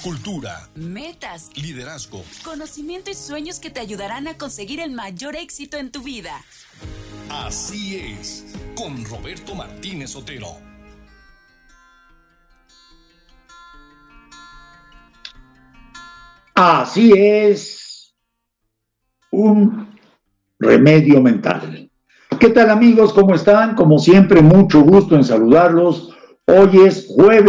cultura, metas, liderazgo, conocimiento y sueños que te ayudarán a conseguir el mayor éxito en tu vida. Así es, con Roberto Martínez Otero. Así es, un remedio mental. ¿Qué tal, amigos? ¿Cómo están? Como siempre, mucho gusto en saludarlos. Hoy es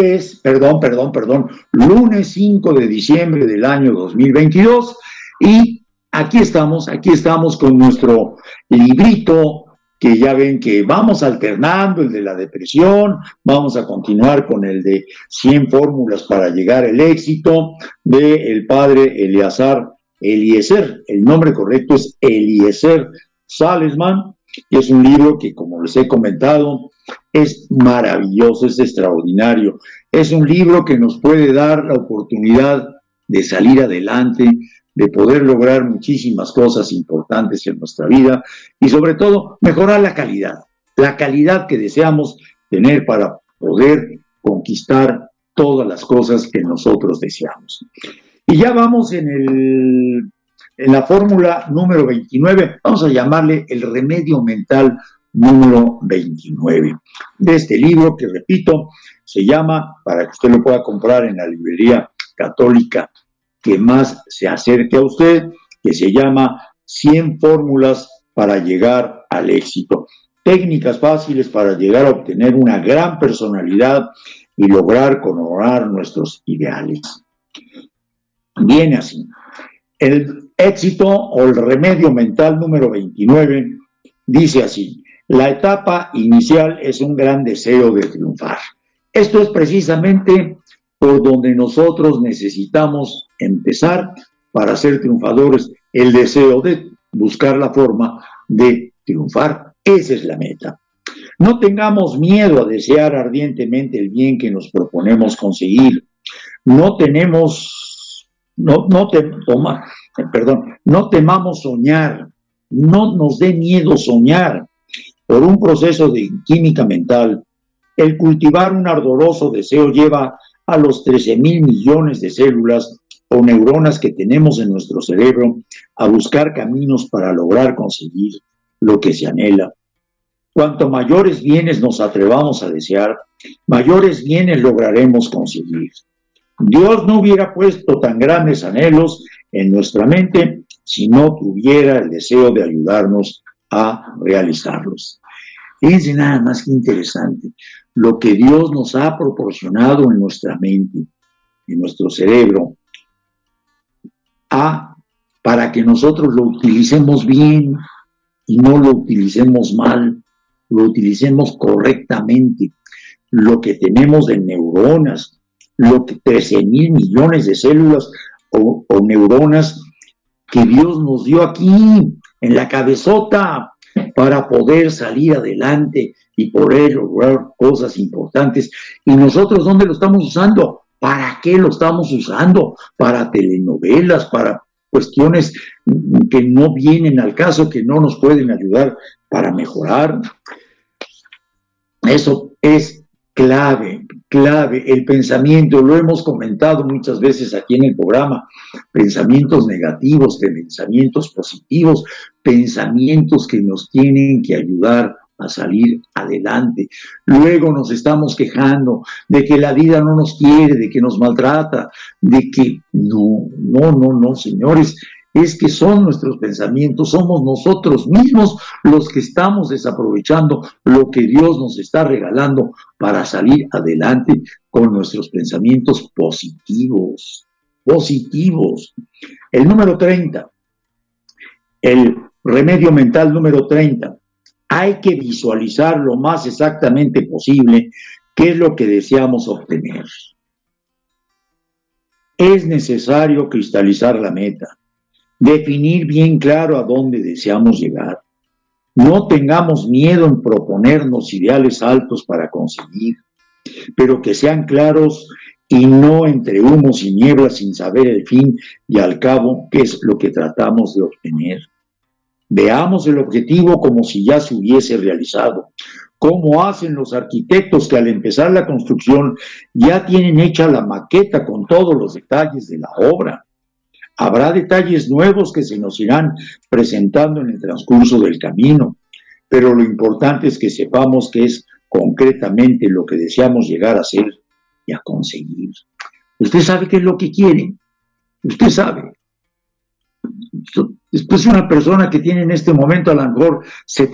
lunes 5 de diciembre del año 2022 y aquí estamos con nuestro librito que ya ven que vamos alternando, el de la depresión, vamos a continuar con el de 100 fórmulas para llegar al éxito, del padre Eliezer, el nombre correcto es Eliezer Salesman, y es un libro que, como les he comentado, es maravilloso, es extraordinario. Es un libro que nos puede dar la oportunidad de salir adelante, de poder lograr muchísimas cosas importantes en nuestra vida y sobre todo mejorar la calidad que deseamos tener para poder conquistar todas las cosas que nosotros deseamos. Y ya vamos en la fórmula número 29, vamos a llamarle el remedio mental número 29 de este libro que, repito, se llama, para que usted lo pueda comprar en la librería católica que más se acerque a usted, que se llama 100 fórmulas para llegar al éxito. Técnicas fáciles para llegar a obtener una gran personalidad y lograr coronar nuestros ideales. Viene así. El éxito o el remedio mental número 29 dice así: la etapa inicial es un gran deseo de triunfar. Esto es precisamente por donde nosotros necesitamos empezar para ser triunfadores, el deseo de buscar la forma de triunfar. Esa es la meta. No tengamos miedo a desear ardientemente el bien que nos proponemos conseguir. No temamos soñar, no nos dé miedo soñar. Por un proceso de química mental, el cultivar un ardoroso deseo lleva a los 13,000 millones de células o neuronas que tenemos en nuestro cerebro a buscar caminos para lograr conseguir lo que se anhela. Cuanto mayores bienes nos atrevamos a desear, mayores bienes lograremos conseguir. Dios no hubiera puesto tan grandes anhelos en nuestra mente si no tuviera el deseo de ayudarnos a realizarlos. Fíjense nada más que interesante lo que Dios nos ha proporcionado en nuestra mente, en nuestro cerebro, para que nosotros lo utilicemos bien y no lo utilicemos mal, lo utilicemos correctamente. Lo que tenemos de neuronas, lo que 13,000 millones de células o neuronas que Dios nos dio aquí en la cabezota para poder salir adelante y poder lograr cosas importantes. ¿Y nosotros dónde lo estamos usando? ¿Para qué lo estamos usando? Para telenovelas, para cuestiones que no vienen al caso, que no nos pueden ayudar para mejorar. Eso es clave. El pensamiento, lo hemos comentado muchas veces aquí en el programa, pensamientos negativos, de pensamientos positivos, pensamientos que nos tienen que ayudar a salir adelante. Luego nos estamos quejando de que la vida no nos quiere, de que nos maltrata, de que no, señores, es que son nuestros pensamientos, somos nosotros mismos los que estamos desaprovechando lo que Dios nos está regalando para salir adelante con nuestros pensamientos positivos. El número 30, el remedio mental número 30, hay que visualizar lo más exactamente posible qué es lo que deseamos obtener. Es necesario cristalizar la meta, definir bien claro a dónde deseamos llegar. No tengamos miedo en proponernos ideales altos para conseguir, pero que sean claros y no entre humos y nieblas sin saber el fin y al cabo qué es lo que tratamos de obtener. Veamos el objetivo como si ya se hubiese realizado, ¿Cómo hacen los arquitectos que al empezar la construcción ya tienen hecha la maqueta con todos los detalles de la obra? Habrá detalles nuevos que se nos irán presentando en el transcurso del camino, pero lo importante es que sepamos qué es concretamente lo que deseamos llegar a ser y a conseguir. Usted sabe qué es lo que quiere, usted sabe. Después una persona que tiene en este momento a lo mejor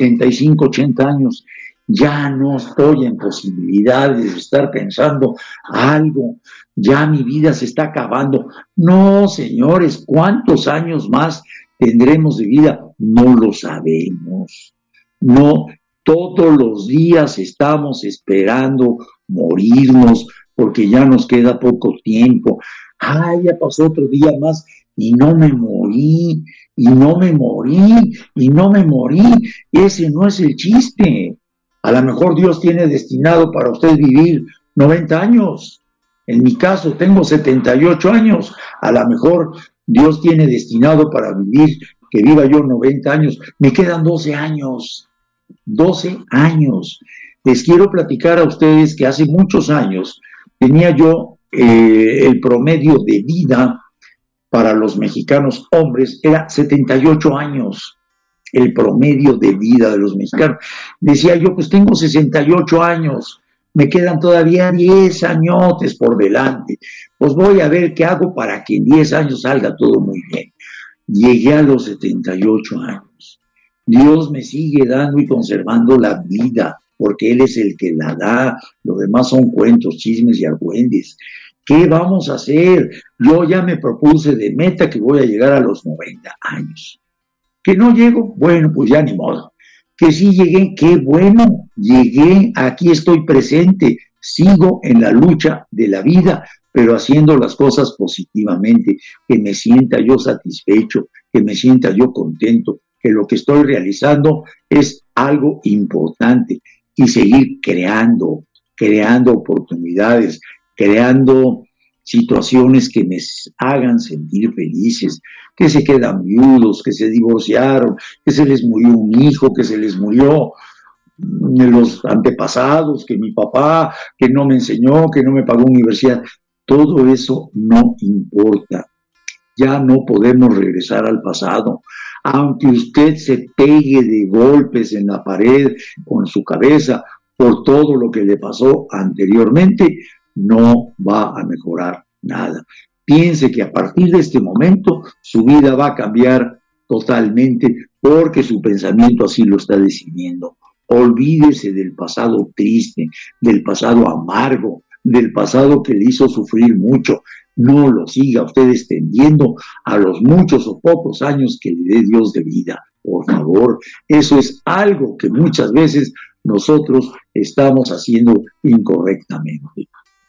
75, 80 años, ya no estoy en posibilidades de estar pensando algo, ya mi vida se está acabando. No, señores, ¿cuántos años más tendremos de vida? No lo sabemos. No, todos los días estamos esperando morirnos porque ya nos queda poco tiempo. Ay, ya pasó otro día más y no me morí, y no me morí, y no me morí. Ese no es el chiste. A lo mejor Dios tiene destinado para usted vivir 90 años. En mi caso tengo 78 años. A lo mejor Dios tiene destinado para vivir, que viva yo 90 años. Me quedan 12 años. 12 años. Les quiero platicar a ustedes que hace muchos años tenía yo el promedio de vida para los mexicanos hombres era 78 años. El promedio de vida de los mexicanos. Decía yo, pues tengo 68 años, me quedan todavía 10 añotes por delante, pues voy a ver qué hago para que en 10 años salga todo muy bien. Llegué a los 78 años. Dios me sigue dando y conservando la vida, porque Él es el que la da, lo demás son cuentos, chismes y argüendes. ¿Qué vamos a hacer? Yo ya me propuse de meta que voy a llegar a los 90 años. ¿Que no llego? Bueno, pues ya ni modo. Que sí llegué, qué bueno, llegué, aquí estoy presente, sigo en la lucha de la vida, pero haciendo las cosas positivamente, que me sienta yo satisfecho, que me sienta yo contento, que lo que estoy realizando es algo importante y seguir creando oportunidades, creando situaciones que me hagan sentir felices, que se quedan viudos, que se divorciaron, que se les murió un hijo, que se les murió los antepasados, que mi papá, que no me enseñó, que no me pagó universidad. Todo eso no importa. Ya no podemos regresar al pasado. Aunque usted se pegue de golpes en la pared con su cabeza por todo lo que le pasó anteriormente, no va a mejorar nada. Piense que a partir de este momento su vida va a cambiar totalmente porque su pensamiento así lo está decidiendo. Olvídese del pasado triste, del pasado amargo, del pasado que le hizo sufrir mucho. No lo siga usted extendiendo a los muchos o pocos años que le dé Dios de vida. Por favor, eso es algo que muchas veces nosotros estamos haciendo incorrectamente.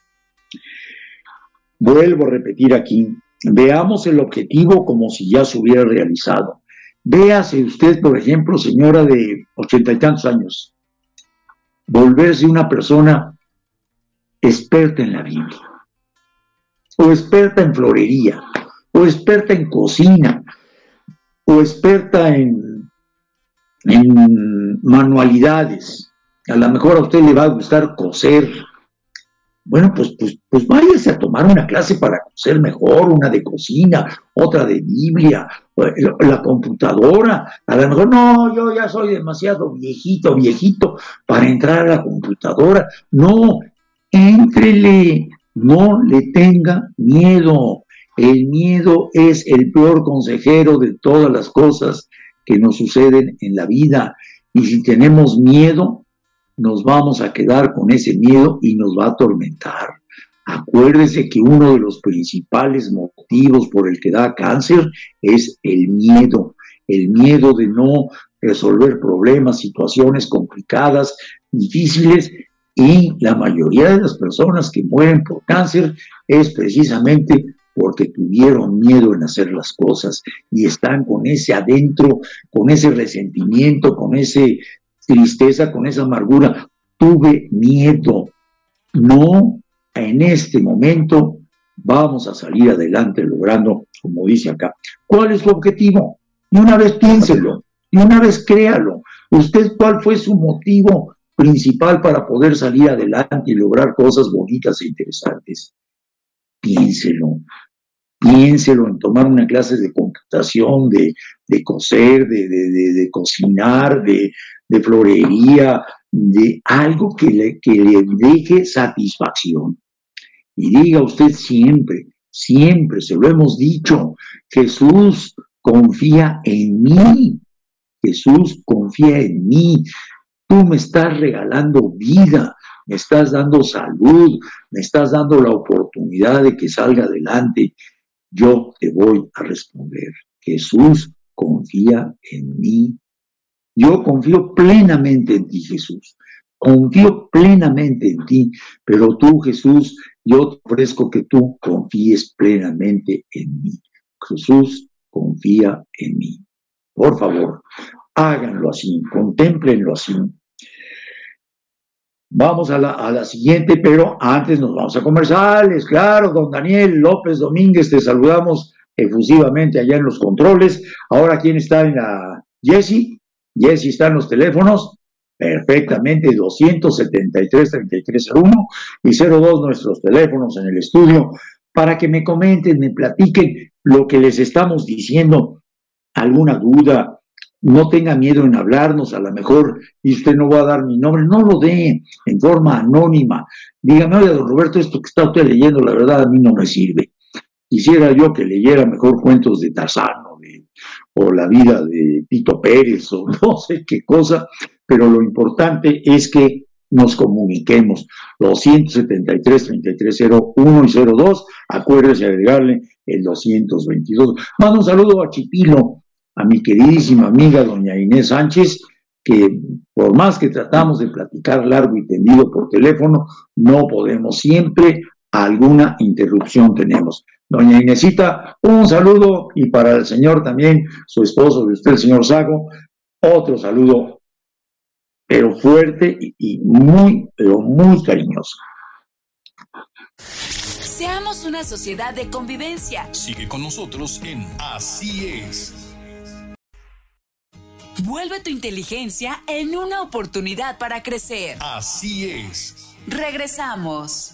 Vuelvo a repetir aquí, veamos el objetivo como si ya se hubiera realizado. Véase usted, por ejemplo, señora de 80 y tantos años, volverse una persona experta en la Biblia, o experta en florería, o experta en cocina, o experta en manualidades. A lo mejor a usted le va a gustar coser. Bueno, pues váyase a tomar una clase para conocer mejor, una de cocina, otra de Biblia, la computadora. A lo mejor, no, yo ya soy demasiado viejito para entrar a la computadora. No, éntrele, no le tenga miedo. El miedo es el peor consejero de todas las cosas que nos suceden en la vida. Y si tenemos miedo, nos vamos a quedar con ese miedo y nos va a atormentar. Acuérdese que uno de los principales motivos por el que da cáncer es el miedo de no resolver problemas, situaciones complicadas, difíciles, y la mayoría de las personas que mueren por cáncer es precisamente porque tuvieron miedo en hacer las cosas y están con ese adentro, con ese resentimiento, con ese tristeza, con esa amargura. Tuve miedo. No, en este momento vamos a salir adelante logrando, como dice acá. ¿Cuál es su objetivo? Y una vez piénselo, y una vez créalo. ¿Usted cuál fue su motivo principal para poder salir adelante y lograr cosas bonitas e interesantes. Piénselo en tomar una clase de computación, de coser, de cocinar, de florería, de algo que le deje satisfacción. Y diga usted siempre, se lo hemos dicho, Jesús confía en mí, Jesús confía en mí. Tú me estás regalando vida, me estás dando salud, me estás dando la oportunidad de que salga adelante. Yo te voy a responder. Jesús confía en mí. Yo confío plenamente en ti, Jesús. Confío plenamente en ti, pero tú, Jesús, yo te ofrezco que tú confíes plenamente en mí. Jesús confía en mí. Por favor, háganlo así, contémplenlo así. Vamos a la siguiente, pero antes nos vamos a comerciales. Claro, don Daniel López Domínguez, te saludamos efusivamente allá en los controles. Ahora, ¿quién está en la Jessy? Jessy está en los teléfonos. Perfectamente, 273-3301 y 02 nuestros teléfonos en el estudio para que me comenten, me platiquen lo que les estamos diciendo. ¿Alguna duda? No tenga miedo en hablarnos, a lo mejor, y usted no va a dar mi nombre, no lo dé en forma anónima. Dígame, oye, don Roberto, esto que está usted leyendo, la verdad a mí no me sirve. Quisiera yo que leyera mejor cuentos de Tarzán o la vida de Pito Pérez o no sé qué cosa, pero lo importante es que nos comuniquemos. 273-3301 y 02, acuérdese agregarle el 222. Mando un saludo a Chipilo, a mi queridísima amiga doña Inés Sánchez, que por más que tratamos de platicar largo y tendido por teléfono, no podemos, siempre alguna interrupción tenemos. Doña Inésita, un saludo, y para el señor también, su esposo de usted, el señor Sago, otro saludo, pero fuerte y muy, pero muy cariñoso. Seamos una sociedad de convivencia. Sigue con nosotros en Así es. Vuelve tu inteligencia en una oportunidad para crecer. Así es. Regresamos.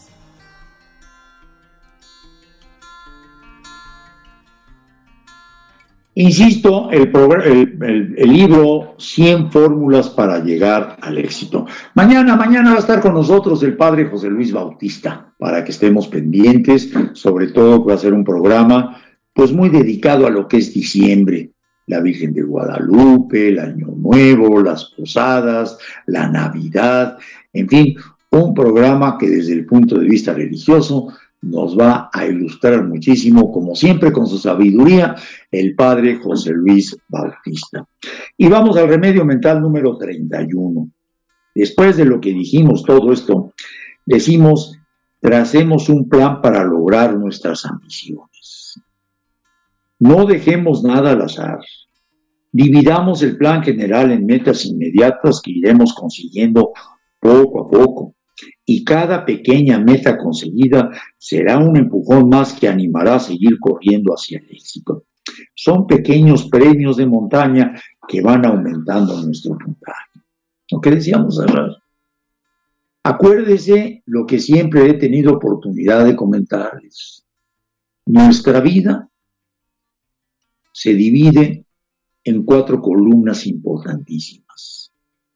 Insisto, el libro 100 fórmulas para llegar al éxito. Mañana va a estar con nosotros el padre José Luis Bautista, para que estemos pendientes, sobre todo que va a ser un programa pues muy dedicado a lo que es diciembre. La Virgen de Guadalupe, el Año Nuevo, las posadas, la Navidad, en fin, un programa que desde el punto de vista religioso nos va a ilustrar muchísimo, como siempre, con su sabiduría, el padre José Luis Bautista. Y vamos al remedio mental número 31. Después de lo que dijimos todo esto, decimos, tracemos un plan para lograr nuestras ambiciones. No dejemos nada al azar. Dividamos el plan general en metas inmediatas que iremos consiguiendo poco a poco. Y cada pequeña meta conseguida será un empujón más que animará a seguir corriendo hacia el éxito. Son pequeños premios de montaña que van aumentando nuestro puntaje. Lo que decíamos ayer. Acuérdese lo que siempre he tenido oportunidad de comentarles. Nuestra vida se divide en 4 columnas importantísimas.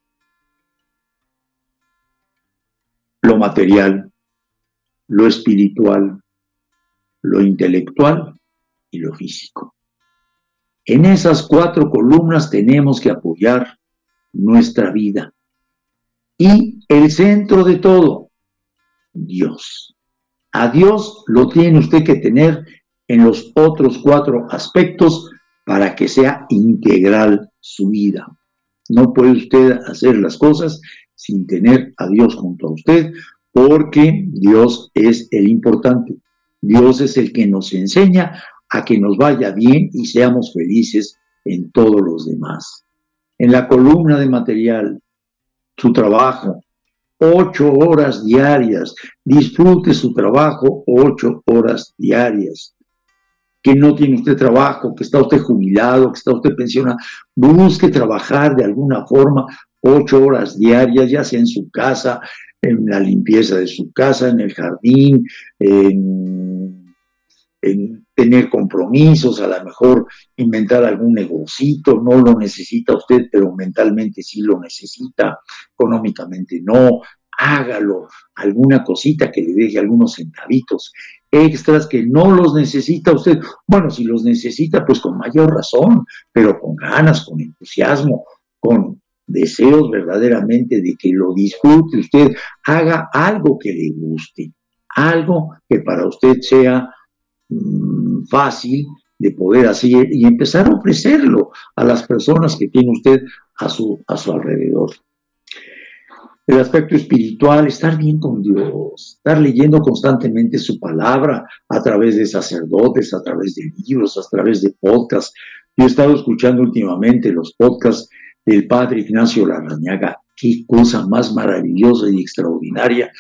Lo material, lo espiritual, lo intelectual y lo físico. En esas 4 columnas tenemos que apoyar nuestra vida. Y el centro de todo, Dios. A Dios lo tiene usted que tener en los otros 4 aspectos para que sea integral su vida. No puede usted hacer las cosas sin tener a Dios junto a usted, porque Dios es el importante. Dios es el que nos enseña a que nos vaya bien y seamos felices en todos los demás. En la columna de material, su trabajo, 8 horas diarias. Disfrute su trabajo 8 horas diarias. que no tiene usted trabajo, que está usted jubilado, que está usted pensionado, busque trabajar de alguna forma 8 horas diarias, ya sea en su casa, en la limpieza de su casa, en el jardín, en tener compromisos, a lo mejor inventar algún negocito. No lo necesita usted, pero mentalmente sí lo necesita, económicamente no. Hágalo, alguna cosita que le deje algunos centavitos extras que no los necesita usted. Bueno, si los necesita, pues con mayor razón, pero con ganas, con entusiasmo, con deseos verdaderamente de que lo disfrute usted. Haga algo que le guste, algo que para usted sea fácil de poder hacer y empezar a ofrecerlo a las personas que tiene usted a su alrededor. El aspecto espiritual, estar bien con Dios, estar leyendo constantemente su palabra a través de sacerdotes, a través de libros, a través de podcasts. Yo he estado escuchando últimamente los podcasts del padre Ignacio Larrañaga. Qué cosa más maravillosa y extraordinaria.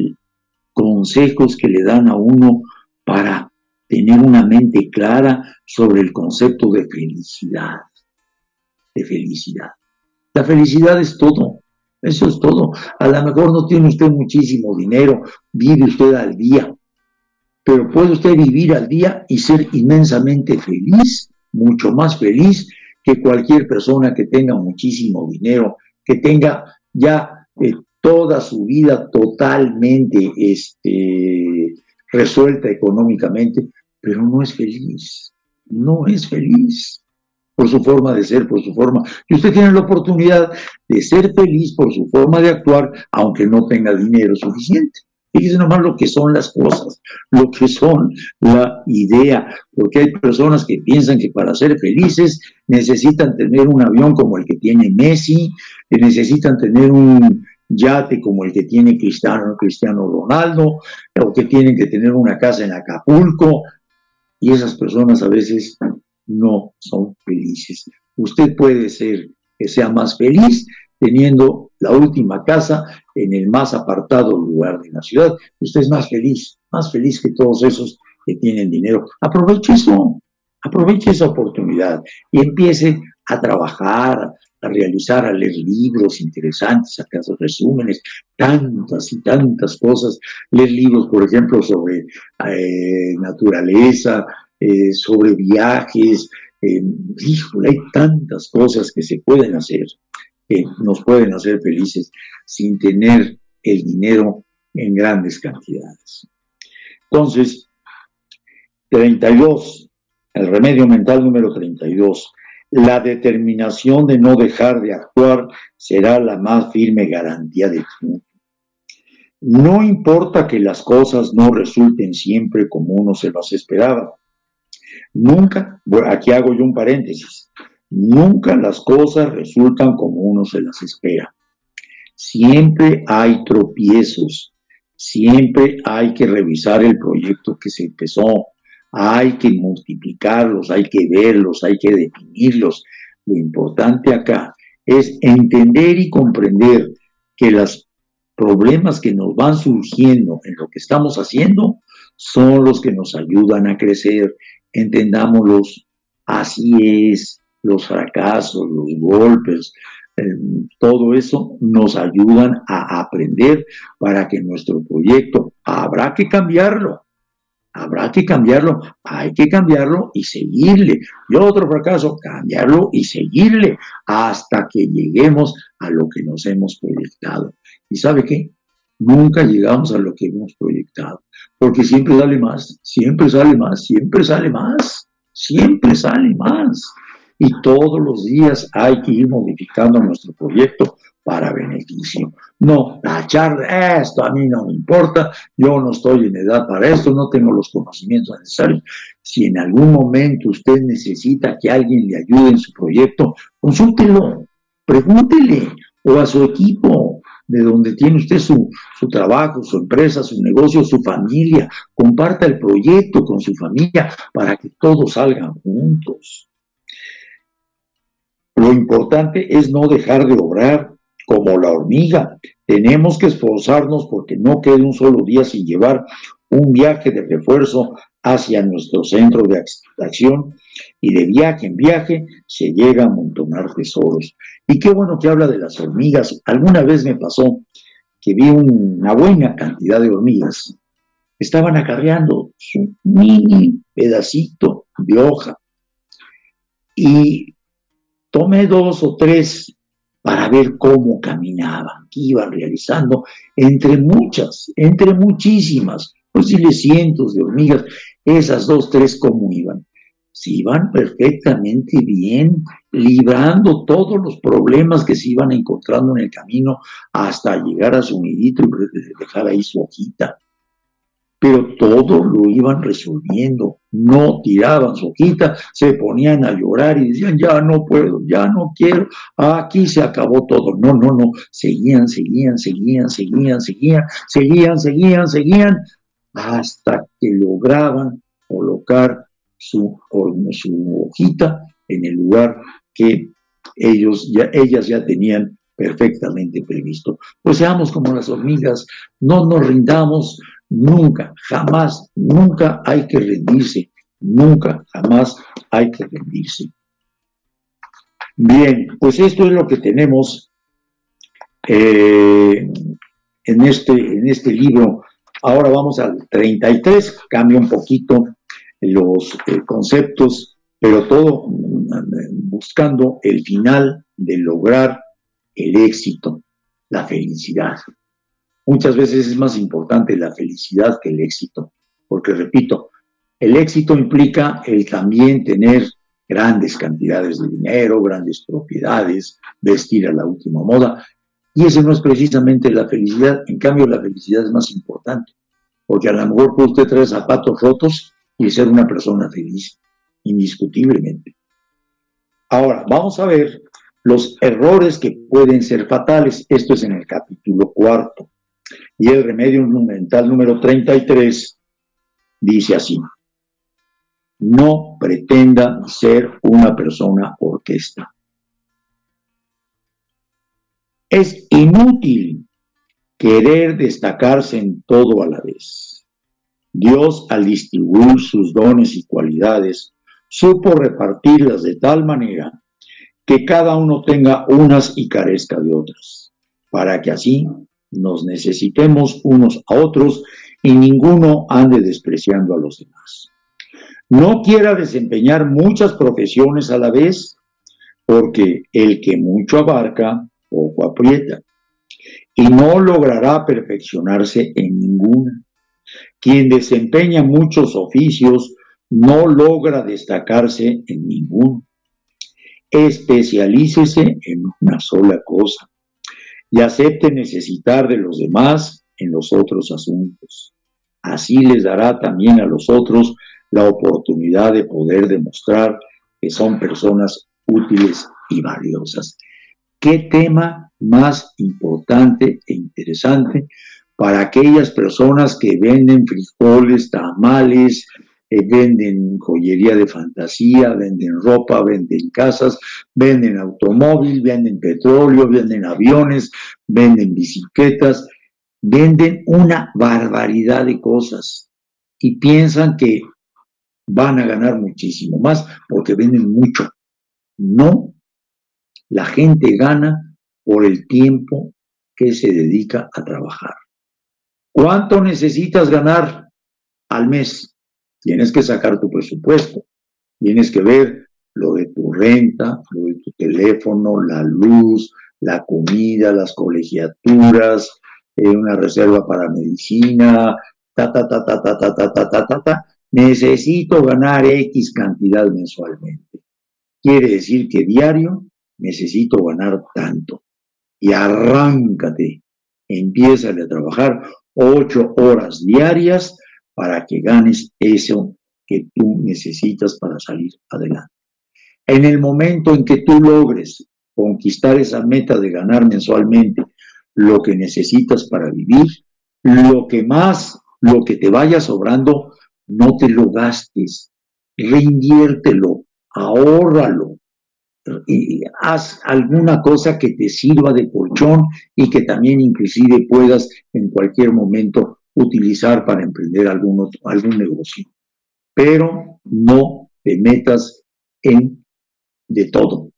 Consejos que le dan a uno para tener una mente clara sobre el concepto de felicidad. De felicidad. La felicidad es todo. Eso es todo. A lo mejor no tiene usted muchísimo dinero, vive usted al día, pero puede usted vivir al día y ser inmensamente feliz, mucho más feliz que cualquier persona que tenga muchísimo dinero, que tenga ya toda su vida totalmente resuelta económicamente, pero no es feliz, no es feliz. Por su forma de ser, por su forma. Y usted tiene la oportunidad de ser feliz por su forma de actuar, aunque no tenga dinero suficiente. Fíjese nomás lo que son las cosas, lo que son la idea, porque hay personas que piensan que para ser felices necesitan tener un avión como el que tiene Messi, necesitan tener un yate como el que tiene Cristiano Ronaldo, o que tienen que tener una casa en Acapulco, y esas personas a veces no son felices. Usted puede ser que sea más feliz teniendo la última casa en el más apartado lugar de la ciudad. Usted es más feliz que todos esos que tienen dinero. Aproveche eso, aproveche esa oportunidad y empiece a trabajar, a realizar, a leer libros interesantes, a hacer resúmenes, tantas y tantas cosas. Leer libros, por ejemplo, sobre naturaleza, sobre viajes. Híjole, hay tantas cosas que se pueden hacer, que nos pueden hacer felices sin tener el dinero en grandes cantidades. Entonces, 32, el remedio mental número 32. La determinación de no dejar de actuar será la más firme garantía de triunfo. No importa que las cosas no resulten siempre como uno se las esperaba. Nunca, aquí hago yo un paréntesis, nunca las cosas resultan como uno se las espera. Siempre hay tropiezos, siempre hay que revisar el proyecto que se empezó, hay que multiplicarlos, hay que verlos, hay que definirlos. Lo importante acá es entender y comprender que los problemas que nos van surgiendo en lo que estamos haciendo son los que nos ayudan a crecer. Entendámoslos, así es, los fracasos, los golpes, todo eso nos ayudan a aprender para que nuestro proyecto habrá que cambiarlo, hay que cambiarlo y seguirle. Y otro fracaso, cambiarlo y seguirle hasta que lleguemos a lo que nos hemos proyectado. ¿Y sabe qué? Nunca llegamos a lo que hemos proyectado, porque siempre sale más, siempre sale más, siempre sale más, siempre sale más. Y todos los días hay que ir modificando nuestro proyecto para beneficio. No tachar, esto a mí no me importa, yo no estoy en edad para esto, no tengo los conocimientos necesarios. Si en algún momento usted necesita que alguien le ayude en su proyecto, consúltelo, pregúntele, o a su equipo, de donde tiene usted su trabajo, su empresa, su negocio, su familia. Comparta el proyecto con su familia para que todos salgan juntos. Lo importante es no dejar de obrar como la hormiga. Tenemos que esforzarnos porque no quede un solo día sin llevar un viaje de refuerzo hacia nuestro centro de acción y de viaje en viaje se llega a amontonar tesoros. Y qué bueno que habla de las hormigas. Alguna vez me pasó que vi una buena cantidad de hormigas. Estaban acarreando su mini pedacito de hoja y tomé 2 o 3 para ver cómo caminaban, qué iban realizando entre muchísimas, posibles cientos de hormigas, esas 2, 3, cómo iban. Se iban perfectamente bien, librando todos los problemas que se iban encontrando en el camino hasta llegar a su nidito y dejar ahí su hojita. Pero todo lo iban resolviendo, no tiraban su hojita, se ponían a llorar y decían, ya no puedo, ya no quiero, aquí se acabó todo. No, seguían, hasta que lograban colocar su hojita en el lugar que ellas ya tenían perfectamente previsto. Pues seamos como las hormigas, no nos rindamos nunca, jamás, nunca hay que rendirse, nunca, jamás hay que rendirse. Bien, pues esto es lo que tenemos en este libro. Ahora vamos al 33, cambia un poquito los conceptos, pero todo buscando el final de lograr el éxito, la felicidad. Muchas veces es más importante la felicidad que el éxito, porque repito, el éxito implica el también tener grandes cantidades de dinero, grandes propiedades, vestir a la última moda, y eso no es precisamente la felicidad. En cambio, la felicidad es más importante, porque a lo mejor puede usted traer zapatos rotos y ser una persona feliz, indiscutiblemente. Ahora, vamos a ver los errores que pueden ser fatales. Esto es en el capítulo 4. Y el remedio mental número 33 dice así: no pretenda ser una persona orquesta. Es inútil querer destacarse en todo a la vez. Dios, al distribuir sus dones y cualidades, supo repartirlas de tal manera que cada uno tenga unas y carezca de otras, para que así nos necesitemos unos a otros y ninguno ande despreciando a los demás. No quiera desempeñar muchas profesiones a la vez, porque el que mucho abarca, poco aprieta, y no logrará perfeccionarse en ninguna. Quien desempeña muchos oficios no logra destacarse en ninguno. Especialícese en una sola cosa y acepte necesitar de los demás en los otros asuntos. Así les dará también a los otros la oportunidad de poder demostrar que son personas útiles y valiosas. ¿Qué tema más importante e interesante para aquellas personas que venden frijoles, tamales, venden joyería de fantasía, venden ropa, venden casas, venden automóvil, venden petróleo, venden aviones, venden bicicletas, venden una barbaridad de cosas y piensan que van a ganar muchísimo más porque venden mucho? No, la gente gana por el tiempo que se dedica a trabajar. ¿Cuánto necesitas ganar al mes? Tienes que sacar tu presupuesto, tienes que ver lo de tu renta, lo de tu teléfono, la luz, la comida, las colegiaturas, una reserva para medicina, Necesito ganar X cantidad mensualmente. Quiere decir que diario necesito ganar tanto. Y arráncate, empiézale a trabajar 8 horas diarias para que ganes eso que tú necesitas para salir adelante. En el momento en que tú logres conquistar esa meta de ganar mensualmente lo que necesitas para vivir, lo que te vaya sobrando, no te lo gastes, reinviértelo, ahórralo, y haz alguna cosa que te sirva de colchón y que también inclusive puedas en cualquier momento utilizar para emprender algún negocio. pero no te metas en de todo,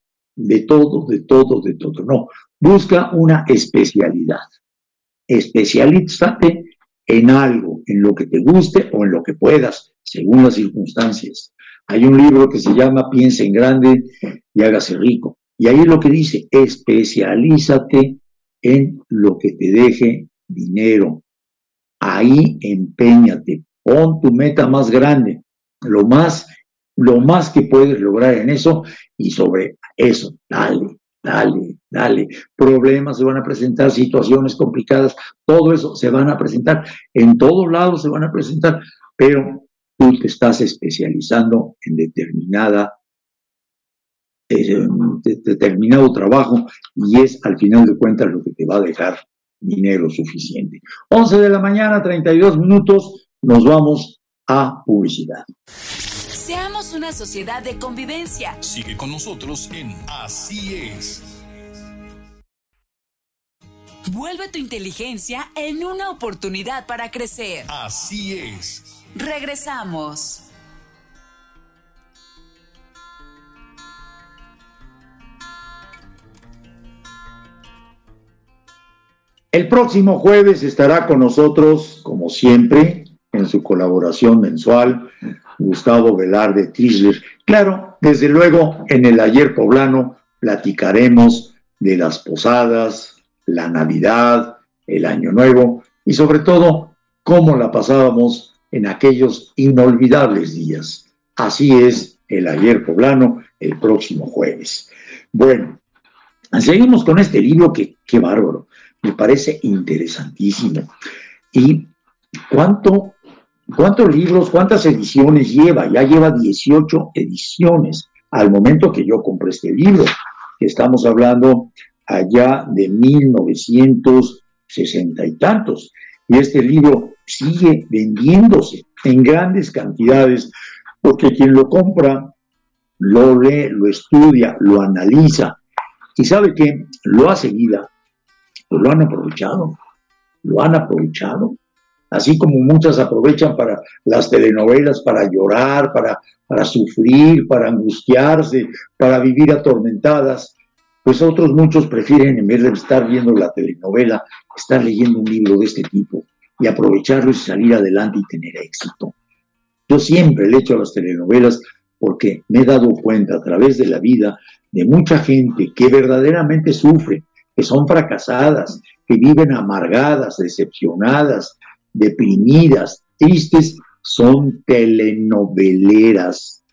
no. Busca una especialidad. Especialízate en algo, en lo que te guste o en lo que puedas, según las circunstancias. Hay un libro que se llama Piensa en grande y hágase rico. Y ahí lo que dice, especialízate en lo que te deje dinero. Ahí empeñate, pon tu meta más grande, lo más que puedes lograr en eso, y sobre eso, dale. Problemas se van a presentar, situaciones complicadas, todo eso se van a presentar, en todos lados se van a presentar, pero tú te estás especializando en determinado trabajo, y es al final de cuentas lo que te va a dejar dinero suficiente. 11 de la mañana, 32 minutos, nos vamos a publicidad. Seamos una sociedad de convivencia. Sigue con nosotros en Así es. Vuelve tu inteligencia en una oportunidad para crecer. Así es. Regresamos. El próximo jueves estará con nosotros, como siempre, en su colaboración mensual, Gustavo Velarde Tischler. Claro, desde luego, en el Ayer Poblano platicaremos de las posadas, la Navidad, el Año Nuevo y sobre todo, cómo la pasábamos en aquellos inolvidables días. Así es el Ayer Poblano el próximo jueves. Bueno, seguimos con este libro que, qué bárbaro, me parece interesantísimo. ¿Y cuántos libros, cuántas ediciones lleva? Ya lleva 18 ediciones al momento que yo compré este libro. Estamos hablando allá de 1960 y tantos. Y este libro sigue vendiéndose en grandes cantidades porque quien lo compra lo lee, lo estudia, lo analiza y sabe que lo hace vida. Pues lo han aprovechado, así como muchas aprovechan para las telenovelas, para llorar, para sufrir, para angustiarse, para vivir atormentadas, pues otros muchos prefieren, en vez de estar viendo la telenovela, estar leyendo un libro de este tipo y aprovecharlo y salir adelante y tener éxito. Yo siempre le echo a las telenovelas porque me he dado cuenta a través de la vida de mucha gente que verdaderamente sufre, que son fracasadas, que viven amargadas, decepcionadas, deprimidas, tristes, son telenoveleras.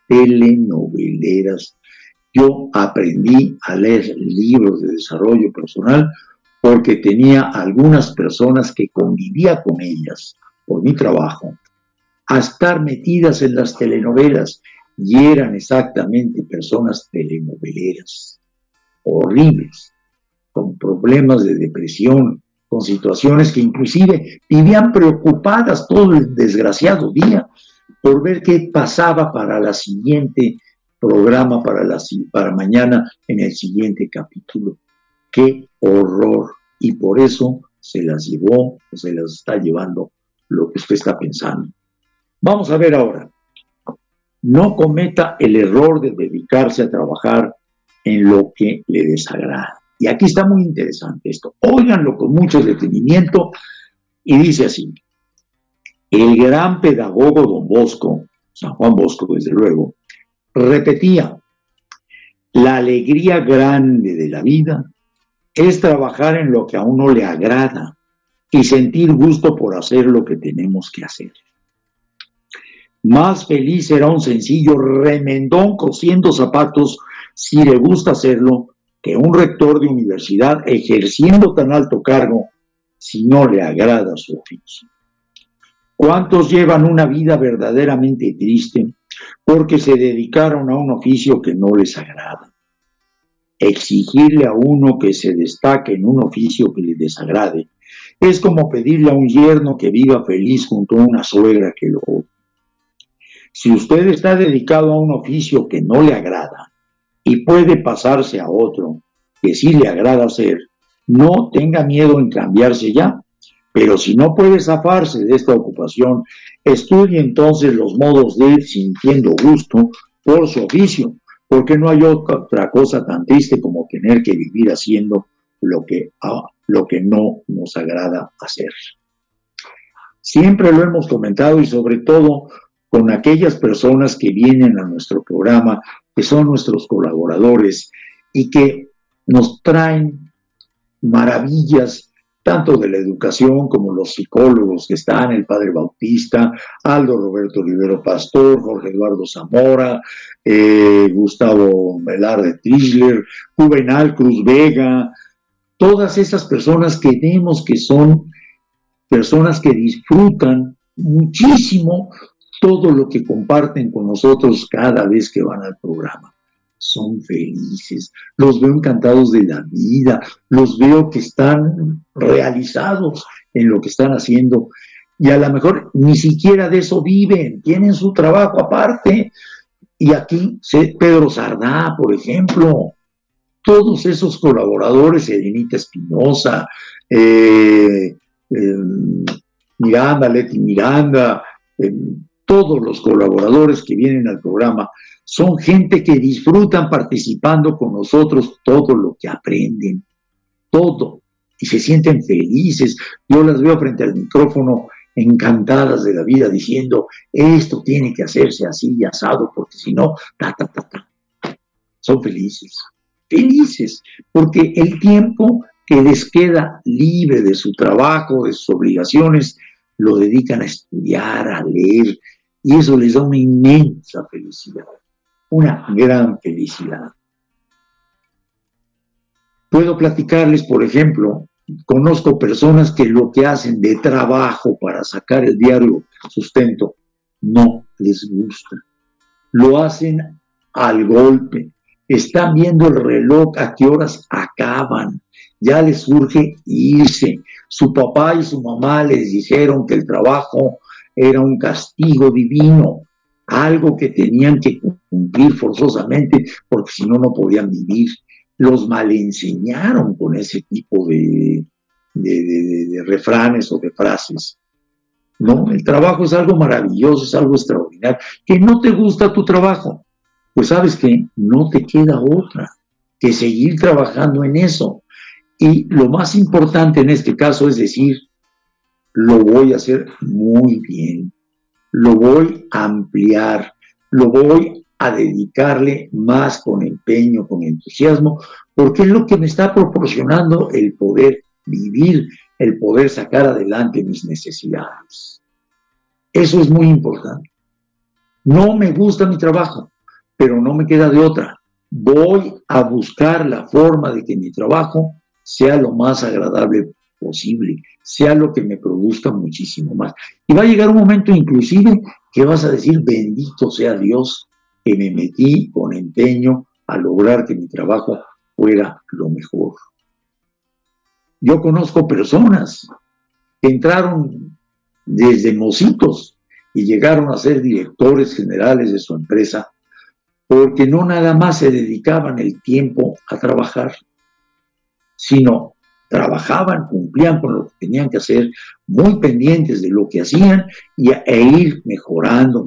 Yo aprendí a leer libros de desarrollo personal porque tenía algunas personas que convivía con ellas por mi trabajo, a estar metidas en las telenovelas, y eran exactamente personas telenoveleras, horribles, con problemas de depresión, con situaciones que inclusive vivían preocupadas todo el desgraciado día por ver qué pasaba para la siguiente programa, para mañana en el siguiente capítulo. ¡Qué horror! Y por eso se las llevó, o se las está llevando lo que usted está pensando. Vamos a ver ahora. No cometa el error de dedicarse a trabajar en lo que le desagrada. Y aquí está muy interesante esto. Óiganlo con mucho detenimiento y dice así. El gran pedagogo Don Bosco, San Juan Bosco desde luego, repetía, la alegría grande de la vida es trabajar en lo que a uno le agrada y sentir gusto por hacer lo que tenemos que hacer. Más feliz será un sencillo remendón cosiendo zapatos si le gusta hacerlo que un rector de universidad ejerciendo tan alto cargo si no le agrada su oficio. ¿Cuántos llevan una vida verdaderamente triste porque se dedicaron a un oficio que no les agrada? Exigirle a uno que se destaque en un oficio que le desagrade es como pedirle a un yerno que viva feliz junto a una suegra que lo odia. Si usted está dedicado a un oficio que no le agrada y puede pasarse a otro que sí le agrada hacer, no tenga miedo en cambiarse ya, Pero si no puede zafarse de esta ocupación, estudie entonces los modos de ir sintiendo gusto por su oficio, porque no hay otra cosa tan triste como tener que vivir haciendo lo que no nos agrada hacer. Siempre lo hemos comentado y sobre todo con aquellas personas que vienen a nuestro programa, que son nuestros colaboradores y que nos traen maravillas tanto de la educación como los psicólogos que están, el Padre Bautista, Aldo Roberto Rivero Pastor, Jorge Eduardo Zamora, Gustavo Velarde Trisler, Juvenal Cruz Vega, todas esas personas que vemos que son personas que disfrutan muchísimo todo lo que comparten con nosotros cada vez que van al programa. Son felices, los veo encantados de la vida, los veo que están realizados en lo que están haciendo y a lo mejor ni siquiera de eso viven, tienen su trabajo aparte. Y aquí Pedro Sardá, por ejemplo, todos esos colaboradores, Elenita Espinosa, Miranda, Leti Miranda, todos los colaboradores que vienen al programa, son gente que disfrutan participando con nosotros todo lo que aprenden, todo, y se sienten felices. Yo las veo frente al micrófono encantadas de la vida diciendo, esto tiene que hacerse así y asado, porque si no, son felices, porque el tiempo que les queda libre de su trabajo, de sus obligaciones, lo dedican a estudiar, a leer, y eso les da una inmensa felicidad. Una gran felicidad. Puedo platicarles, por ejemplo, conozco personas que lo que hacen de trabajo para sacar el diario sustento no les gusta. Lo hacen al golpe. Están viendo el reloj a qué horas acaban. Ya les urge irse. Su papá y su mamá les dijeron que el trabajo era un castigo divino, algo que tenían que cumplir forzosamente porque si no, no podían vivir. Los malenseñaron con ese tipo de refranes o de frases. No, el trabajo es algo maravilloso, es algo extraordinario. Que no te gusta tu trabajo, pues sabes que no te queda otra que seguir trabajando en eso. Y lo más importante en este caso es decir, lo voy a hacer muy bien, lo voy a ampliar, lo voy a dedicarle más con empeño, con entusiasmo, porque es lo que me está proporcionando el poder vivir, el poder sacar adelante mis necesidades. Eso es muy importante. No me gusta mi trabajo, pero no me queda de otra. Voy a buscar la forma de que mi trabajo sea lo más agradable posible, sea lo que me produzca muchísimo más. Y va a llegar un momento inclusive que vas a decir, bendito sea Dios que me metí con empeño a lograr que mi trabajo fuera lo mejor. Yo conozco personas que entraron desde mocitos y llegaron a ser directores generales de su empresa porque no nada más se dedicaban el tiempo a trabajar, sino trabajaban, cumplían con lo que tenían que hacer, muy pendientes de lo que hacían e ir mejorando,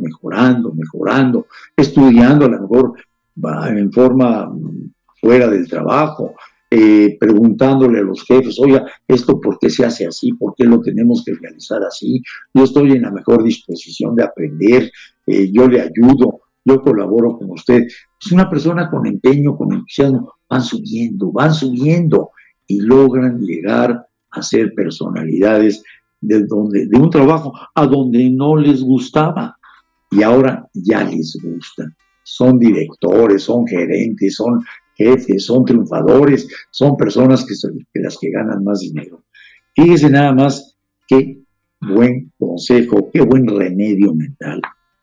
estudiando a lo mejor en forma fuera del trabajo, preguntándole a los jefes, oiga, ¿esto por qué se hace así? ¿Por qué lo tenemos que realizar así? Yo estoy en la mejor disposición de aprender, yo le ayudo, yo colaboro con usted. Es una persona con empeño, con entusiasmo, van subiendo y logran llegar a ser personalidades de un trabajo a donde no les gustaba y ahora ya les gusta. Son directores, son gerentes, son jefes, son triunfadores, son personas que las que ganan más dinero. Fíjese nada más qué buen consejo, qué buen remedio mental.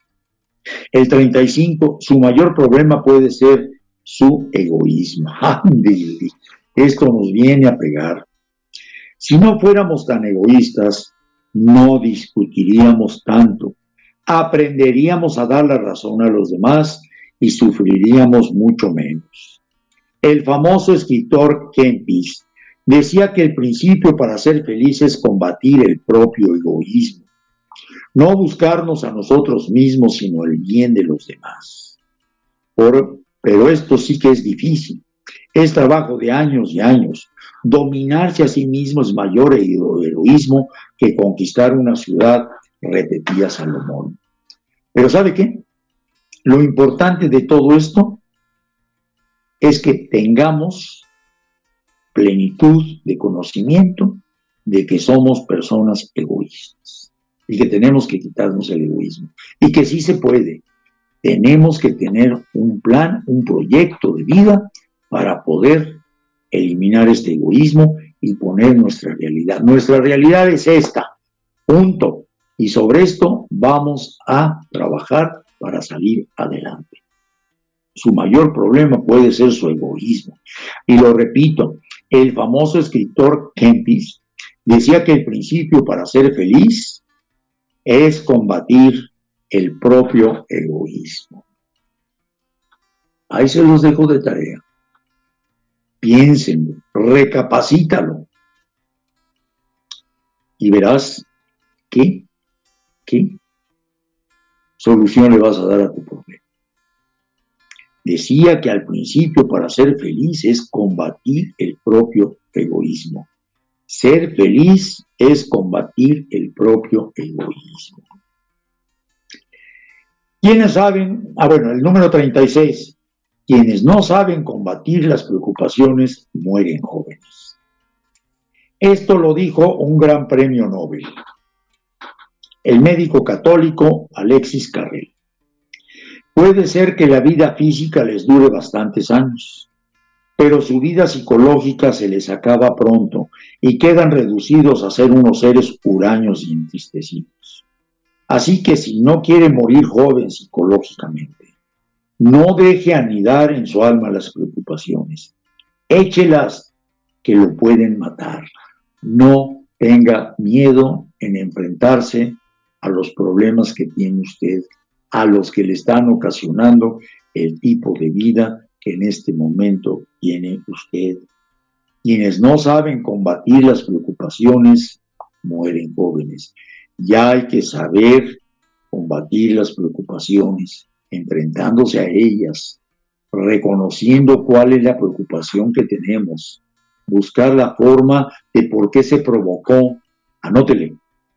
El 35, su mayor problema puede ser su egoísmo. ¡Ándale! Esto nos viene a pegar. Si no fuéramos tan egoístas, no discutiríamos tanto, aprenderíamos a dar la razón a los demás y sufriríamos mucho menos. El famoso escritor Kempis Decía que el principio para ser feliz es combatir el propio egoísmo, no buscarnos a nosotros mismos, sino el bien de los demás. Pero esto sí que es difícil, es trabajo de años y años. Dominarse a sí mismo es mayor heroísmo que conquistar una ciudad, repetía Salomón. Pero ¿sabe qué? Lo importante de todo esto es que tengamos plenitud de conocimiento de que somos personas egoístas y que tenemos que quitarnos el egoísmo y que sí se puede. Tenemos que tener un plan, un proyecto de vida para poder eliminar este egoísmo y poner nuestra realidad. Nuestra realidad es esta, punto. Y sobre esto vamos a trabajar para salir adelante. Su mayor problema puede ser su egoísmo. Y lo repito, el famoso escritor Kempis decía que el principio para ser feliz es combatir el propio egoísmo. Ahí se los dejo de tarea. Piénsenlo, recapacítalo y verás qué solución le vas a dar a tu problema. Decía que al principio para ser feliz es combatir el propio egoísmo. Ser feliz es combatir el propio egoísmo. ¿Quiénes saben? El número 36. Quienes no saben combatir las preocupaciones mueren jóvenes. Esto lo dijo un gran premio Nobel, el médico católico Alexis Carrel. Puede ser que la vida física les dure bastantes años, pero su vida psicológica se les acaba pronto y quedan reducidos a ser unos seres huraños y entristecidos. Así que si no quiere morir joven psicológicamente, no deje anidar en su alma las preocupaciones. Échelas que lo pueden matar. No tenga miedo en enfrentarse a los problemas que tiene usted, a los que le están ocasionando el tipo de vida que en este momento tiene usted. Quienes no saben combatir las preocupaciones mueren jóvenes. Ya hay que saber combatir las preocupaciones, enfrentándose a ellas, reconociendo cuál es la preocupación que tenemos, buscar la forma de por qué se provocó. Anótele,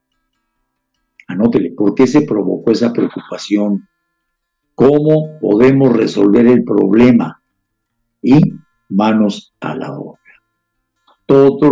por qué se provocó esa preocupación, cómo podemos resolver el problema y manos a la obra. Todos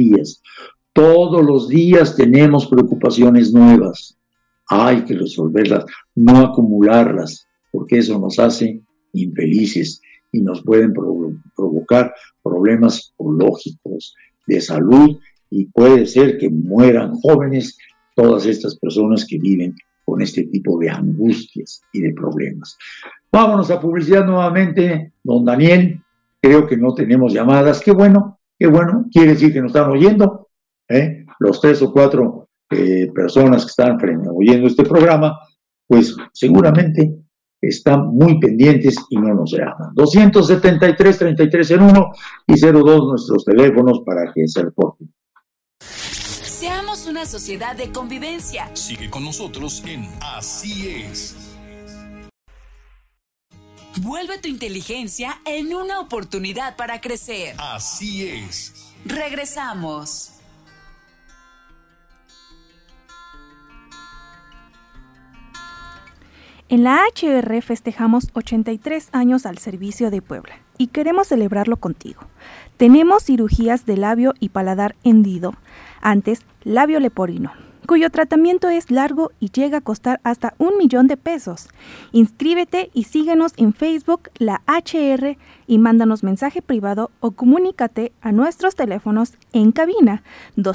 los días tenemos preocupaciones nuevas. Hay que resolverlas, no acumularlas, porque eso nos hace infelices y nos pueden provocar problemas psicológicos, de salud, y puede ser que mueran jóvenes todas estas personas que viven con este tipo de angustias y de problemas. Vámonos a publicidad nuevamente, don Daniel. Creo que no tenemos llamadas. Qué bueno, quiere decir que nos están oyendo, los 3 o 4 personas que están oyendo este programa, pues seguramente están muy pendientes y no nos llaman. 273-3301 y 02 nuestros teléfonos para que se reporten. Seamos una sociedad de convivencia. Sigue con nosotros en Así es. Vuelve tu inteligencia en una oportunidad para crecer. Así es. Regresamos. En la HR festejamos 83 años al servicio de Puebla y queremos celebrarlo contigo. Tenemos cirugías de labio y paladar hendido, antes labio leporino, cuyo tratamiento es largo y llega a costar hasta $1,000,000 de pesos. Inscríbete y síguenos en Facebook, la HR, y mándanos mensaje privado o comunícate a nuestros teléfonos en cabina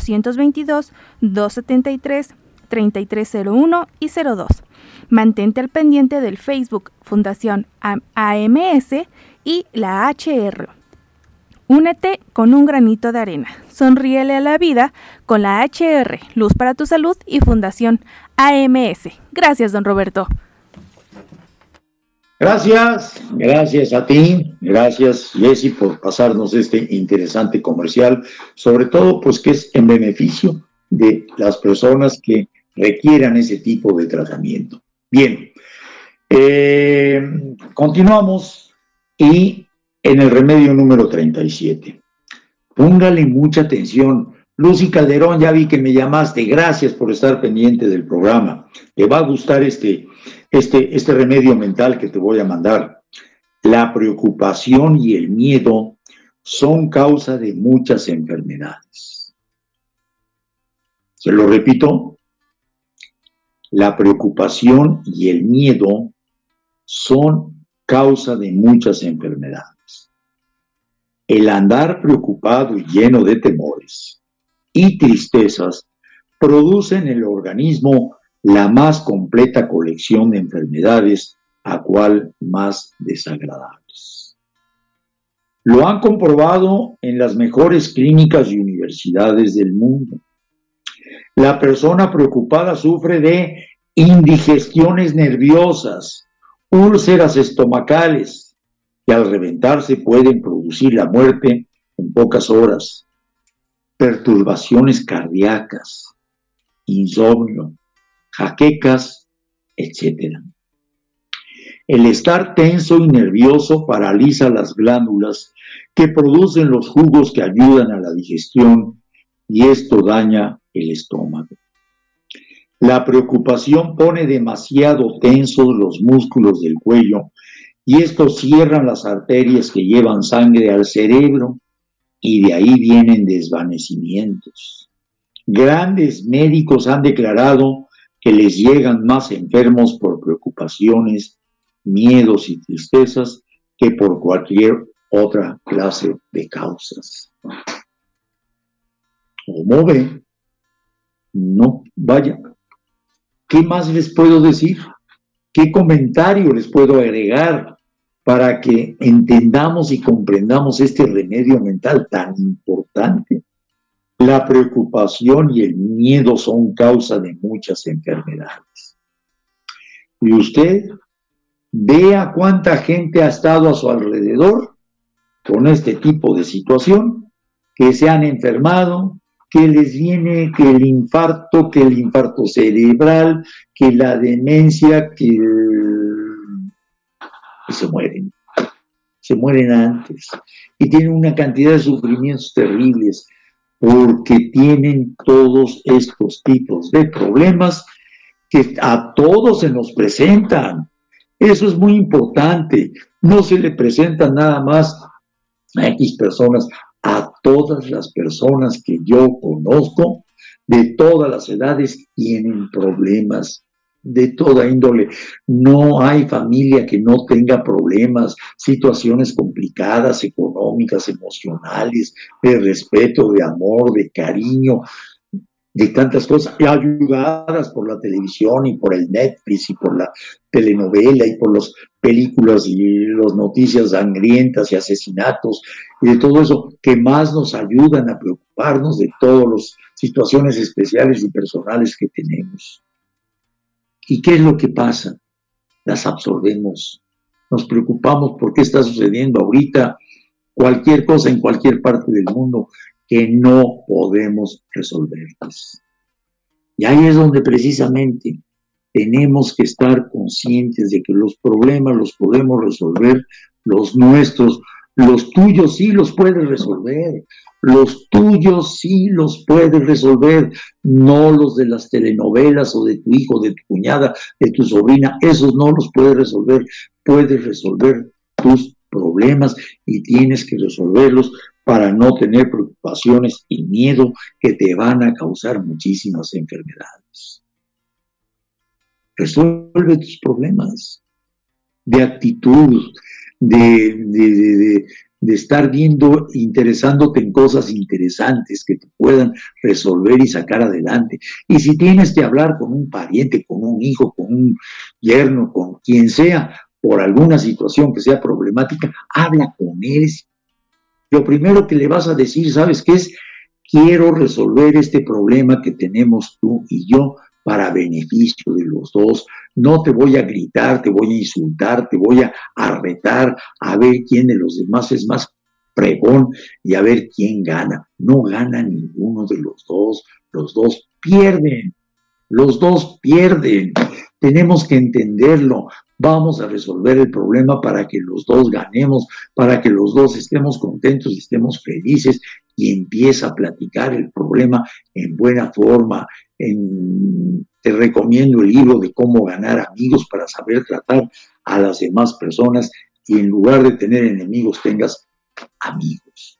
222-273-3301 y 02. Mantente al pendiente del Facebook Fundación AMS y la HR. Únete con un granito de arena. Sonríele a la vida con la HR, Luz para tu Salud y Fundación AMS. Gracias, don Roberto. Gracias a ti, gracias Jessy por pasarnos este interesante comercial, sobre todo pues que es en beneficio de las personas que requieran ese tipo de tratamiento. Bien, continuamos y en el remedio número 37. Póngale mucha atención. Lucy Calderón, ya vi que me llamaste, gracias por estar pendiente del programa. Te va a gustar este remedio mental que te voy a mandar. La preocupación y el miedo son causa de muchas enfermedades. Se lo repito. La preocupación y el miedo son causa de muchas enfermedades. El andar preocupado y lleno de temores y tristezas produce en el organismo la más completa colección de enfermedades, a cual más desagradables. Lo han comprobado en las mejores clínicas y universidades del mundo. La persona preocupada sufre de indigestiones nerviosas, úlceras estomacales, que al reventarse pueden producir la muerte en pocas horas, perturbaciones cardíacas, insomnio, jaquecas, etc. El estar tenso y nervioso paraliza las glándulas que producen los jugos que ayudan a la digestión y esto daña el estómago. La preocupación pone demasiado tensos los músculos del cuello y estos cierran las arterias que llevan sangre al cerebro y de ahí vienen desvanecimientos. Grandes médicos han declarado que les llegan más enfermos por preocupaciones, miedos y tristezas que por cualquier otra clase de causas. ¿Cómo ven? No, vaya. ¿Qué más les puedo decir? ¿Qué comentario les puedo agregar para que entendamos y comprendamos este remedio mental tan importante? La preocupación y el miedo son causa de muchas enfermedades. Y usted vea cuánta gente ha estado a su alrededor con este tipo de situación, que se han enfermado, que les viene que el infarto cerebral, que la demencia, que se mueren antes y tienen una cantidad de sufrimientos terribles porque tienen todos estos tipos de problemas que a todos se nos presentan. Eso es muy importante. No se le presentan nada más a X personas, a todas las personas que yo conozco, de todas las edades, tienen problemas de toda índole. No hay familia que no tenga problemas, situaciones complicadas, económicas, emocionales, de respeto, de amor, de cariño, de tantas cosas, ayudadas por la televisión y por el Netflix y por la telenovela y por las películas y las noticias sangrientas y asesinatos y de todo eso, que más nos ayudan a preocuparnos de todas las situaciones especiales y personales que tenemos. ¿Y qué es lo que pasa? Las absorbemos, nos preocupamos por qué está sucediendo ahorita cualquier cosa en cualquier parte del mundo que no podemos resolverlas. Y ahí es donde precisamente tenemos que estar conscientes de que los problemas los podemos resolver, los nuestros, los tuyos sí los puedes resolver, los tuyos sí los puedes resolver, no los de las telenovelas o de tu hijo, de tu cuñada, de tu sobrina, esos no los puedes resolver tus problemas y tienes que resolverlos para no tener preocupaciones y miedo que te van a causar muchísimas enfermedades. Resuelve tus problemas de actitud, de estar viendo, interesándote en cosas interesantes que te puedan resolver y sacar adelante. Y si tienes que hablar con un pariente, con un hijo, con un yerno, con quien sea, por alguna situación que sea problemática, habla con él. Lo primero que le vas a decir, ¿sabes qué es? Quiero resolver este problema que tenemos tú y yo para beneficio de los dos. No te voy a gritar, te voy a insultar, te voy a retar, a ver quién de los demás es más pregón y a ver quién gana. No gana ninguno de los dos pierden, los dos pierden. Tenemos que entenderlo. Vamos a resolver el problema para que los dos ganemos, para que los dos estemos contentos y estemos felices, y empieza a platicar el problema en buena forma. Te recomiendo el libro de cómo ganar amigos para saber tratar a las demás personas, y en lugar de tener enemigos tengas amigos.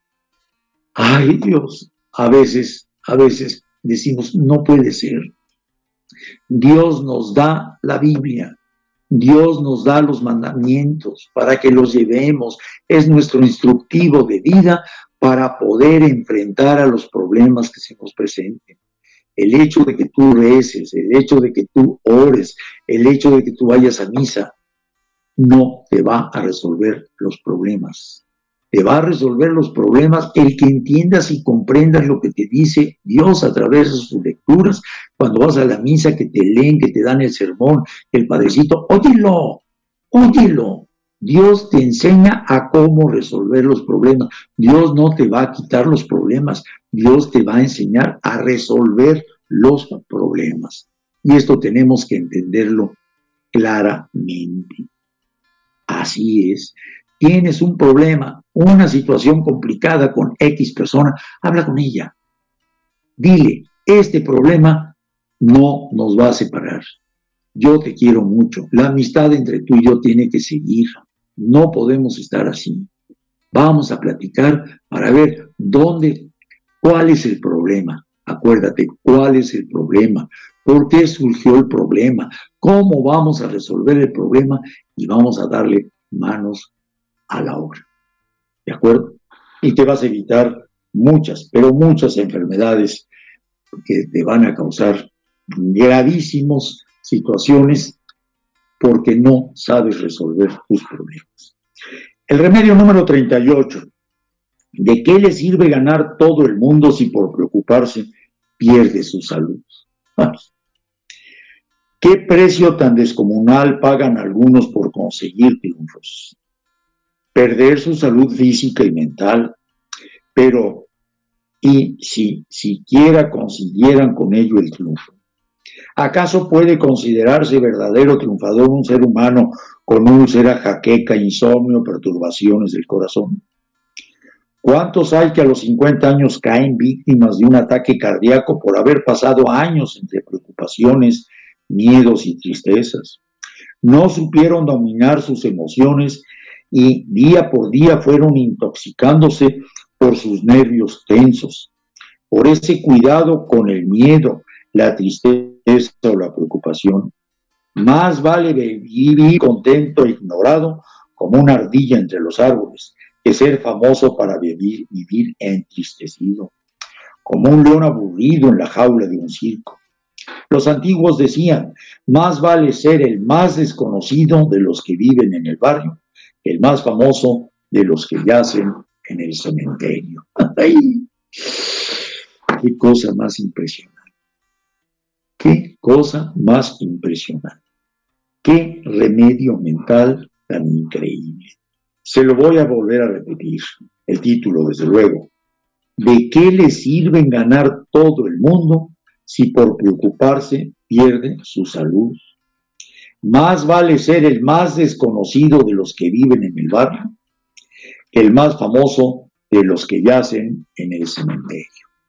Ay, Dios, a veces decimos, no puede ser. Dios nos da la Biblia, Dios nos da los mandamientos para que los llevemos, es nuestro instructivo de vida para poder enfrentar a los problemas que se nos presenten. El hecho de que tú reces, el hecho de que tú ores, el hecho de que tú vayas a misa, no te va a resolver los problemas. Te va a resolver los problemas el que entiendas y comprendas lo que te dice Dios a través de sus lecturas. Cuando vas a la misa, que te leen, que te dan el sermón, el padrecito, óyelo. Dios te enseña a cómo resolver los problemas. Dios no te va a quitar los problemas. Dios te va a enseñar a resolver los problemas. Y esto tenemos que entenderlo claramente. Así es. Tienes un problema, una situación complicada con X persona, habla con ella. Dile, este problema no nos va a separar. Yo te quiero mucho. La amistad entre tú y yo tiene que seguir. No podemos estar así. Vamos a platicar para ver cuál es el problema. Acuérdate, ¿cuál es el problema? ¿Por qué surgió el problema? ¿Cómo vamos a resolver el problema? Y vamos a darle manos a la obra. ¿De acuerdo? Y te vas a evitar muchas enfermedades que te van a causar gravísimas situaciones porque no sabes resolver tus problemas. El remedio número 38. ¿De qué le sirve ganar todo el mundo si por preocuparse pierde su salud? ¿Qué precio tan descomunal pagan algunos por conseguir triunfos? Perder su salud física y mental, pero ¿y si siquiera consiguieran con ello el triunfo? ¿Acaso puede considerarse verdadero triunfador un ser humano con úlcera, jaqueca, insomnio, perturbaciones del corazón? ¿Cuántos hay que a los 50 años caen víctimas de un ataque cardíaco por haber pasado años entre preocupaciones, miedos y tristezas? No supieron dominar sus emociones y día por día fueron intoxicándose por sus nervios tensos, por ese cuidado con el miedo, la tristeza o la preocupación. Más vale vivir contento e ignorado como una ardilla entre los árboles, que ser famoso para vivir entristecido, como un león aburrido en la jaula de un circo. Los antiguos decían, más vale ser el más desconocido de los que viven en el barrio, el más famoso de los que yacen en el cementerio. ¡Ay! ¡Qué cosa más impresionante! ¡Qué cosa más impresionante! ¡Qué remedio mental tan increíble! Se lo voy a volver a repetir, el título desde luego. ¿De qué le sirve ganar todo el mundo si por preocuparse pierde su salud? Más vale ser el más desconocido de los que viven en el barrio, el más famoso de los que yacen en el cementerio.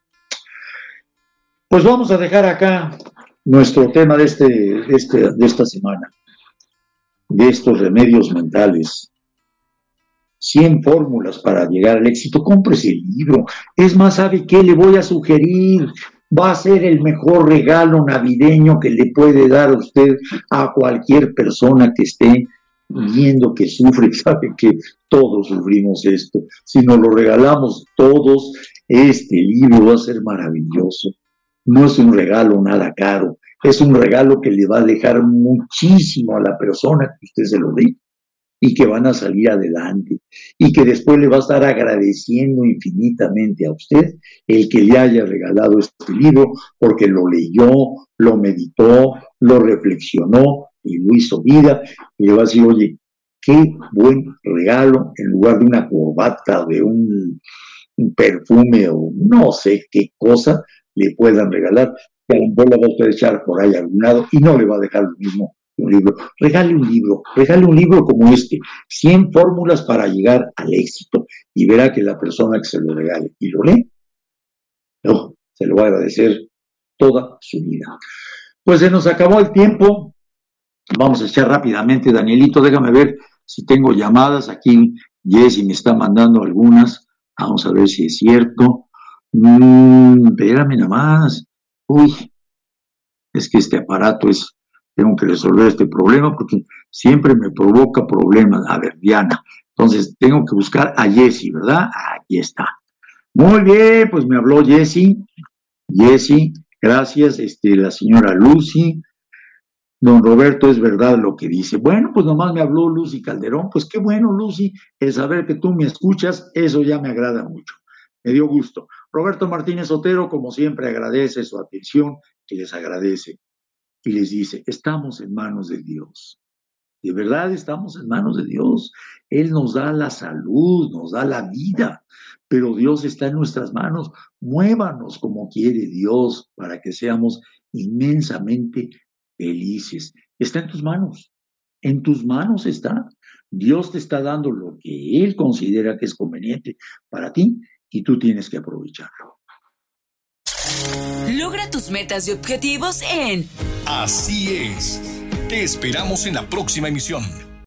Pues vamos a dejar acá nuestro tema de esta semana, de estos remedios mentales. 100 fórmulas para llegar al éxito. Cómprese el libro. Es más, ¿sabe qué le voy a sugerir? Va a ser el mejor regalo navideño que le puede dar a usted a cualquier persona que esté viendo que sufre. Sabe que todos sufrimos esto. Si nos lo regalamos todos, este libro va a ser maravilloso. No es un regalo nada caro. Es un regalo que le va a dejar muchísimo a la persona que usted se lo dé, y que van a salir adelante, y que después le va a estar agradeciendo infinitamente a usted el que le haya regalado este libro, porque lo leyó, lo meditó, lo reflexionó y lo hizo vida, y le va a decir, oye, qué buen regalo, en lugar de una corbata, de un perfume o no sé qué cosa le puedan regalar, que a lo mejor la va a poder echar por ahí a algún lado y no le va a dejar lo mismo que un libro. Regale un libro como este, 100 fórmulas para llegar al éxito, y verá que la persona que se lo regale y lo lee, no, se lo va a agradecer toda su vida. Pues se nos acabó el tiempo, vamos a echar rápidamente, Danielito, déjame ver si tengo llamadas, aquí Jessy me está mandando algunas, vamos a ver si es cierto. Espérame nada más, es que este aparato tengo que resolver este problema porque siempre me provoca problemas. A ver, Diana, entonces tengo que buscar a Jessy, ¿verdad? Aquí está. Muy bien, pues me habló Jessy, gracias, la señora Lucy. Don Roberto, es verdad lo que dice. Bueno, pues nomás me habló Lucy Calderón. Pues qué bueno, Lucy, el saber que tú me escuchas, eso ya me agrada mucho. Me dio gusto. Roberto Martínez Otero, como siempre, agradece su atención y les agradece. Y les dice, estamos en manos de Dios. De verdad estamos en manos de Dios. Él nos da la salud, nos da la vida, pero Dios está en nuestras manos. Muévanos como quiere Dios para que seamos inmensamente felices. Está en tus manos está. Dios te está dando lo que Él considera que es conveniente para ti y tú tienes que aprovecharlo. Logra tus metas y objetivos en Así es. Te esperamos en la próxima emisión.